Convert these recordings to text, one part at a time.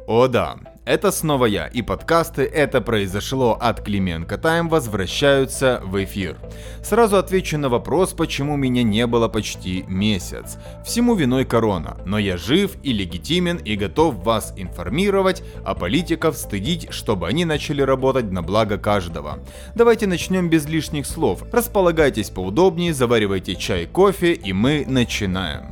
О да, это снова я, и подкасты «Это произошло» от Клименко Тайм возвращаются в эфир. Сразу отвечу на вопрос, почему меня не было почти месяц. Всему виной корона, но я жив и легитимен и готов вас информировать, а политиков стыдить, чтобы они начали работать на благо каждого. Давайте начнем без лишних слов. Располагайтесь поудобнее, заваривайте чай, кофе, и мы начинаем.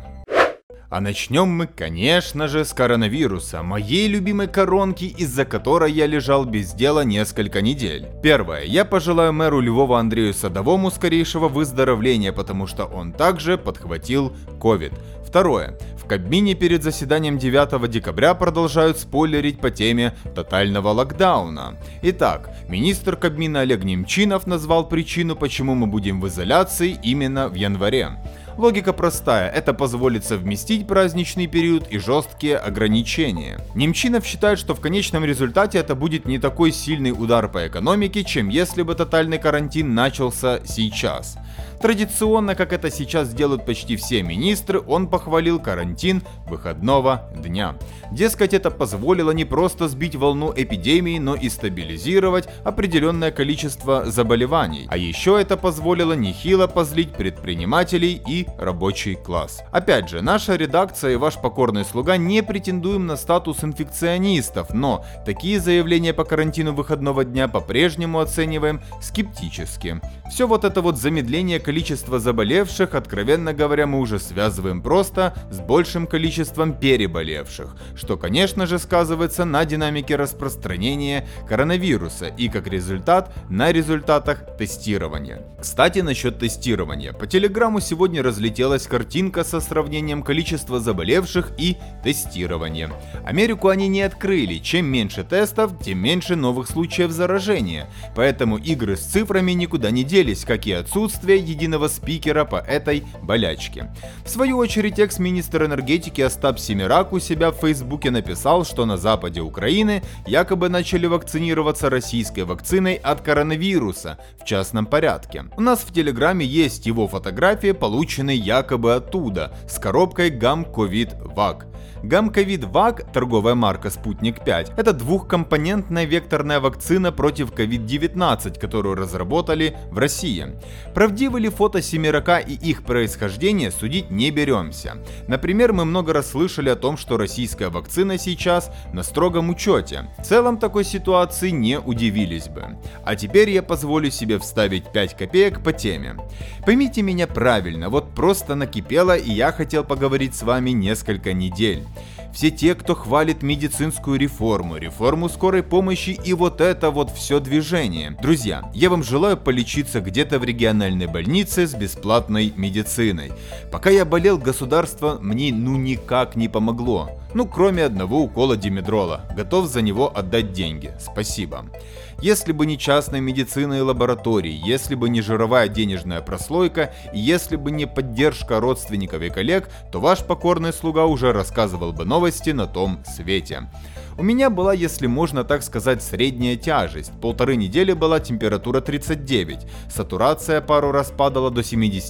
А начнем мы, конечно же, с коронавируса, моей любимой коронки, из-за которой я лежал без дела несколько недель. Первое. Я пожелаю мэру Львова Андрею Садовому скорейшего выздоровления, потому что он также подхватил COVID. Второе. В Кабмине перед заседанием 9 декабря продолжают спойлерить по теме тотального локдауна. Итак, министр Кабмина Олег Немчинов назвал причину, почему мы будем в изоляции именно в январе. Логика простая, это позволит совместить праздничный период и жесткие ограничения. Немчинов считает, что в конечном результате это будет не такой сильный удар по экономике, чем если бы тотальный карантин начался сейчас. Традиционно, как это сейчас делают почти все министры, он похвалил карантин выходного дня. Дескать, это позволило не просто сбить волну эпидемии, но и стабилизировать определенное количество заболеваний. А еще это позволило нехило позлить предпринимателей и рабочий класс. Опять же, наша редакция и ваш покорный слуга не претендуем на статус инфекционистов, но такие заявления по карантину выходного дня по-прежнему оцениваем скептически. Все вот это вот замедление количества заболевших, откровенно говоря, мы уже связываем просто с большим количеством переболевших, что, конечно же, сказывается на динамике распространения коронавируса и, как результат, на результатах тестирования. Кстати, насчет тестирования. По телеграмму сегодня разлетелась картинка со сравнением количества заболевших и тестирования. Америку они не открыли. Чем меньше тестов, тем меньше новых случаев заражения. Поэтому игры с цифрами никуда не делись, как и отсутствие единого спикера по этой болячке. В свою очередь, экс-министр энергетики Остап Семерак у себя в Фейсбуке написал, что на западе Украины якобы начали вакцинироваться российской вакциной от коронавируса в частном порядке. У нас в Телеграме есть его фотография, полученной якобы оттуда, с коробкой Гам-Ковид-Вак. Гам-Ковид-Вак, торговая марка Спутник-5, это двухкомпонентная векторная вакцина против COVID-19, которую разработали в России. Правдивы ли фото Семерака и их происхождение, судить не беремся. Например, мы много раз слышали о том, что российская вакцина сейчас на строгом учете. В целом такой ситуации не удивились бы. А теперь я позволю себе вставить 5 копеек по теме. Поймите меня правильно, вот просто накипело, и я хотел поговорить с вами несколько недель. Все те, кто хвалит медицинскую реформу скорой помощи и вот это вот все движение. Друзья, я вам желаю полечиться где-то в региональной больнице с бесплатной медициной. Пока я болел, государство мне никак не помогло. Кроме одного укола димедрола. Готов за него отдать деньги. Спасибо. Если бы не частная медицина и лаборатории, если бы не жировая денежная прослойка, и если бы не поддержка родственников и коллег, то ваш покорный слуга уже рассказывал бы новости на том свете. У меня была, если можно так сказать, средняя тяжесть. 1,5 недели была температура 39, сатурация пару раз падала до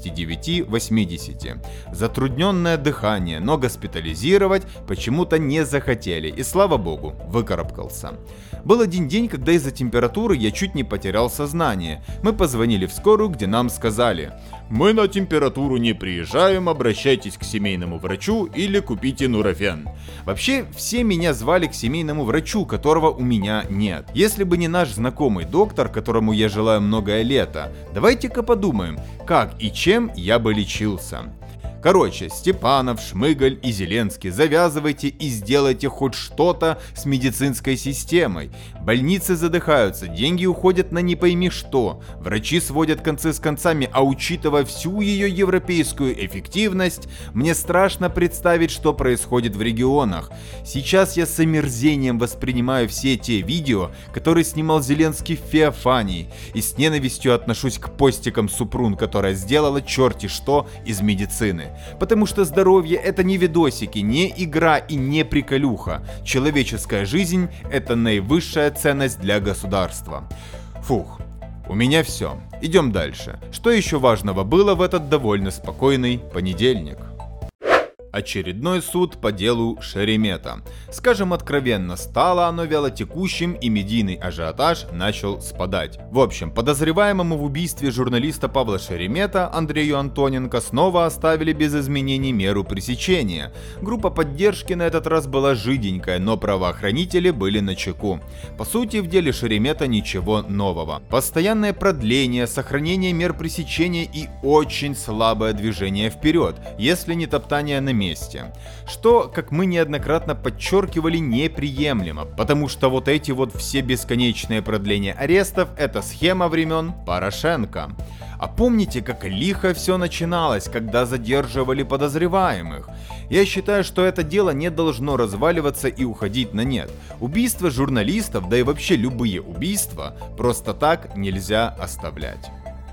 79-80. Затрудненное дыхание, но госпитализировать почему-то не захотели, и слава богу, выкарабкался. Был один день, когда из-за температуры я чуть не потерял сознание. Мы позвонили в скорую, где нам сказали: «Мы на температуру не приезжаем, обращайтесь к семейному врачу или купите нурофен». Вообще, все меня звали к семейному врачу, которого у меня нет. Если бы не наш знакомый доктор, которому я желаю многое лето, давайте-ка подумаем, как и чем я бы лечился. Короче, Степанов, Шмыгаль и Зеленский, завязывайте и сделайте хоть что-то с медицинской системой. Больницы задыхаются, деньги уходят на не пойми что, врачи сводят концы с концами, а учитывая всю ее европейскую эффективность, мне страшно представить, что происходит в регионах. Сейчас я с омерзением воспринимаю все те видео, которые снимал Зеленский в Феофании, и с ненавистью отношусь к постикам Супрун, которая сделала черти что из медицины. Потому что здоровье — это не видосики, не игра и не приколюха. Человеческая жизнь — это наивысшая ценность для государства. Фух, у меня все. Идем дальше. Что еще важного было в этот довольно спокойный понедельник? Очередной суд по делу Шеремета. Скажем откровенно, стало оно вялотекущим, и медийный ажиотаж начал спадать. В общем, подозреваемому в убийстве журналиста Павла Шеремета Андрею Антоненко снова оставили без изменений меру пресечения. Группа поддержки на этот раз была жиденькая, но правоохранители были начеку. По сути, в деле Шеремета ничего нового. Постоянное продление, сохранение мер пресечения и очень слабое движение вперед, если не топтание на месте. Что, как мы неоднократно подчеркивали, неприемлемо, потому что вот эти вот все бесконечные продления арестов — это схема времен Порошенко. А помните, как лихо все начиналось, когда задерживали подозреваемых? Я считаю, что это дело не должно разваливаться и уходить на нет. Убийства журналистов, да и вообще любые убийства, просто так нельзя оставлять.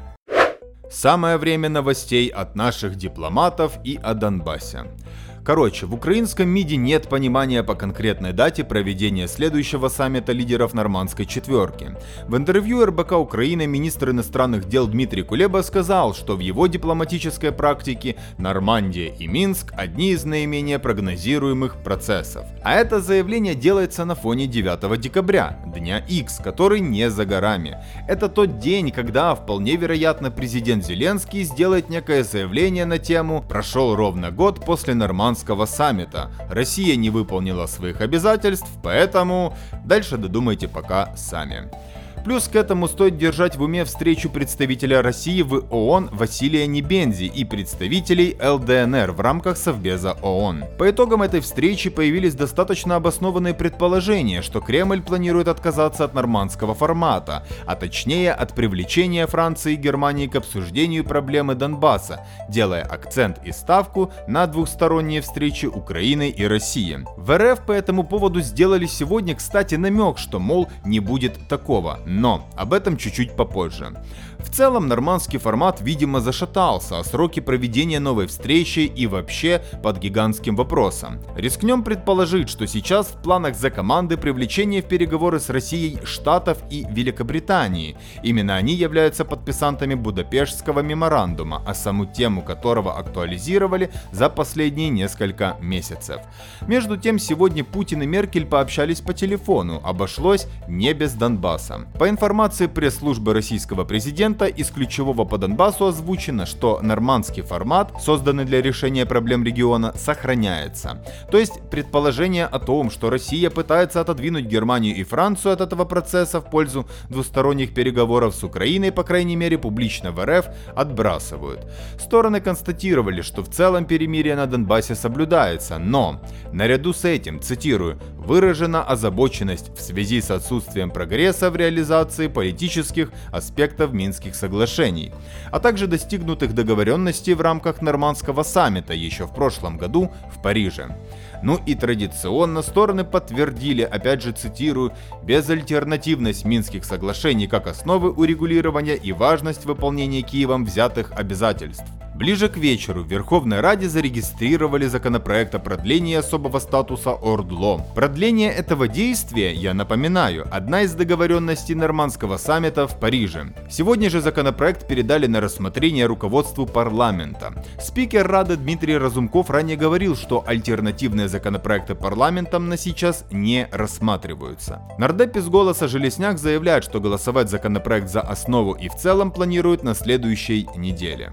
Самое время новостей от наших дипломатов и о Донбассе. Короче, в украинском МИДе нет понимания по конкретной дате проведения следующего саммита лидеров Нормандской четверки. В интервью РБК Украины министр иностранных дел Дмитрий Кулеба сказал, что в его дипломатической практике Нормандия и Минск – одни из наименее прогнозируемых процессов. А это заявление делается на фоне 9 декабря, дня X, который не за горами. Это тот день, когда вполне вероятно президент Зеленский сделает некое заявление на тему «Прошел ровно год после Нормандского саммита. Россия не выполнила своих обязательств, поэтому…» Дальше додумайте пока сами. Плюс к этому стоит держать в уме встречу представителя России в ООН Василия Небензи и представителей ЛДНР в рамках Совбеза ООН. По итогам этой встречи появились достаточно обоснованные предположения, что Кремль планирует отказаться от нормандского формата, а точнее от привлечения Франции и Германии к обсуждению проблемы Донбасса, делая акцент и ставку на двухсторонние встречи Украины и России. В РФ по этому поводу сделали сегодня, кстати, намек, что, мол, не будет такого. Но об этом чуть-чуть попозже. В целом, нормандский формат, видимо, зашатался, а сроки проведения новой встречи и вообще под гигантским вопросом. Рискнем предположить, что сейчас в планах за команды привлечение в переговоры с Россией Штатов и Великобритании. Именно они являются подписантами Будапештского меморандума, а саму тему которого актуализировали за последние несколько месяцев. Между тем, сегодня Путин и Меркель пообщались по телефону, обошлось не без Донбасса. По информации пресс-службы российского президента, из ключевого по Донбассу озвучено, что нормандский формат, созданный для решения проблем региона, сохраняется. То есть предположение о том, что Россия пытается отодвинуть Германию и Францию от этого процесса в пользу двусторонних переговоров с Украиной, по крайней мере публично в РФ, отбрасывают. Стороны констатировали, что в целом перемирие на Донбассе соблюдается, но наряду с этим, цитирую, выражена озабоченность в связи с отсутствием прогресса в реализации политических аспектов Минских соглашений, а также достигнутых договоренностей в рамках Нормандского саммита еще в прошлом году в Париже. Ну и традиционно стороны подтвердили, опять же цитирую, безальтернативность Минских соглашений как основы урегулирования и важность выполнения Киевом взятых обязательств. Ближе к вечеру в Верховной Раде зарегистрировали законопроект о продлении особого статуса ОРДЛО. Продление этого действия, я напоминаю, одна из договоренностей Нормандского саммита в Париже. Сегодня же законопроект передали на рассмотрение руководству парламента. Спикер Рады Дмитрий Разумков ранее говорил, что альтернативные законопроекты парламентом на сейчас не рассматриваются. Нардеп из «Голоса» Железняк заявляет, что голосовать законопроект за основу и в целом планируют на следующей неделе.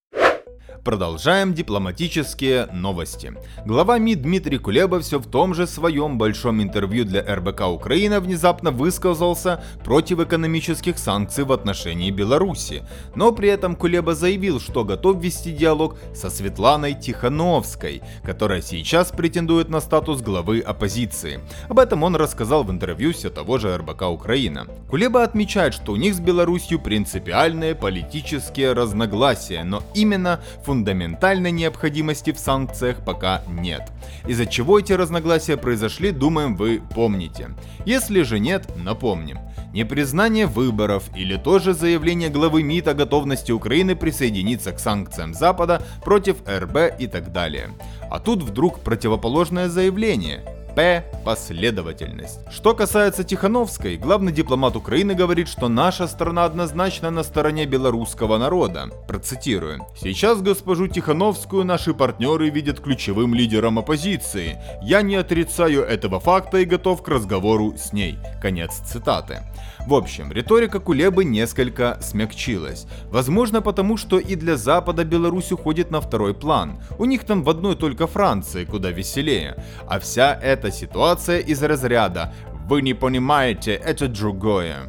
Продолжаем дипломатические новости. Глава МИД Дмитрий Кулеба все в том же своем большом интервью для РБК Украина внезапно высказался против экономических санкций в отношении Беларуси. Но при этом Кулеба заявил, что готов вести диалог со Светланой Тихановской, которая сейчас претендует на статус главы оппозиции. Об этом он рассказал в интервью все того же РБК Украина. Кулеба отмечает, что у них с Беларусью принципиальные политические разногласия, но именно фундаментальной необходимости в санкциях пока нет. Из-за чего эти разногласия произошли, думаем, вы помните. Если же нет, напомним. Непризнание выборов или тоже заявление главы МИД о готовности Украины присоединиться к санкциям Запада против РБ и так далее. А тут вдруг противоположное заявление. П. Последовательность. Что касается Тихановской, главный дипломат Украины говорит, что наша страна однозначно на стороне белорусского народа. Процитирую. «Сейчас госпожу Тихановскую наши партнеры видят ключевым лидером оппозиции. Я не отрицаю этого факта и готов к разговору с ней». Конец цитаты. В общем, риторика Кулебы несколько смягчилась. Возможно, потому что и для Запада Беларусь уходит на второй план. У них там в одной только Франции куда веселее. А вся эта ситуация из разряда «Вы не понимаете, это другое».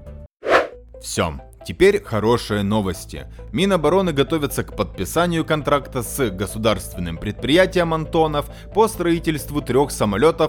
Все. Теперь хорошие новости. Минобороны готовится к подписанию контракта с государственным предприятием «Антонов» по строительству 3 самолетов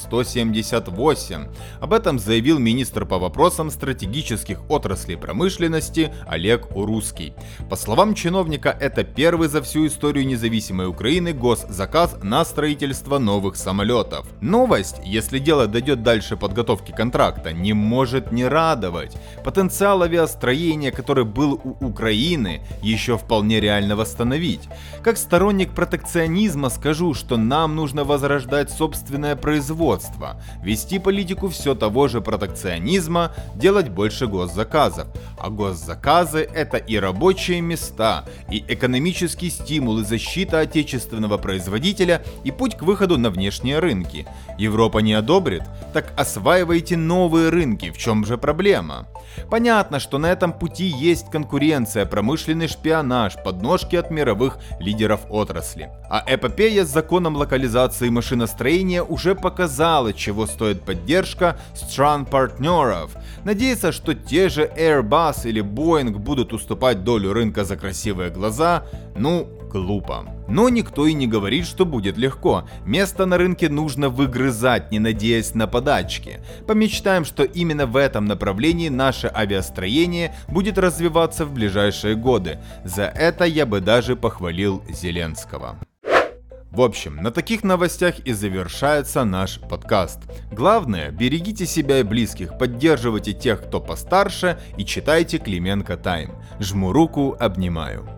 Ан-178. Об этом заявил министр по вопросам стратегических отраслей промышленности Олег Урусский. По словам чиновника, это первый за всю историю независимой Украины госзаказ на строительство новых самолетов. Новость, если дело дойдет дальше подготовки контракта, не может не радовать. Потенциал авиастроения, который был у Украины, еще вполне реально восстановить. Как сторонник протекционизма скажу, что нам нужно возрождать собственное производство, вести политику все того же протекционизма, делать больше госзаказов. А госзаказы — это и рабочие места, и экономический стимул, и защита отечественного производителя, и путь к выходу на внешние рынки. Европа не одобрит? Так осваивайте новые рынки, в чем же проблема? Понятно, что на этом пути есть конкуренция, промышленный шпионаж, подножки от мировых лидеров отрасли. А эпопея с законом локализации машиностроения уже показала, чего стоит поддержка стран-партнеров. Надеяться, что те же Airbus или Boeing будут уступать долю рынка за красивые глаза, глупо. Но никто и не говорит, что будет легко. Место на рынке нужно выгрызать, не надеясь на подачки. Помечтаем, что именно в этом направлении наше авиастроение будет развиваться в ближайшие годы. За это я бы даже похвалил Зеленского. В общем, на таких новостях и завершается наш подкаст. Главное, берегите себя и близких, поддерживайте тех, кто постарше, и читайте Клименко Тайм. Жму руку, обнимаю.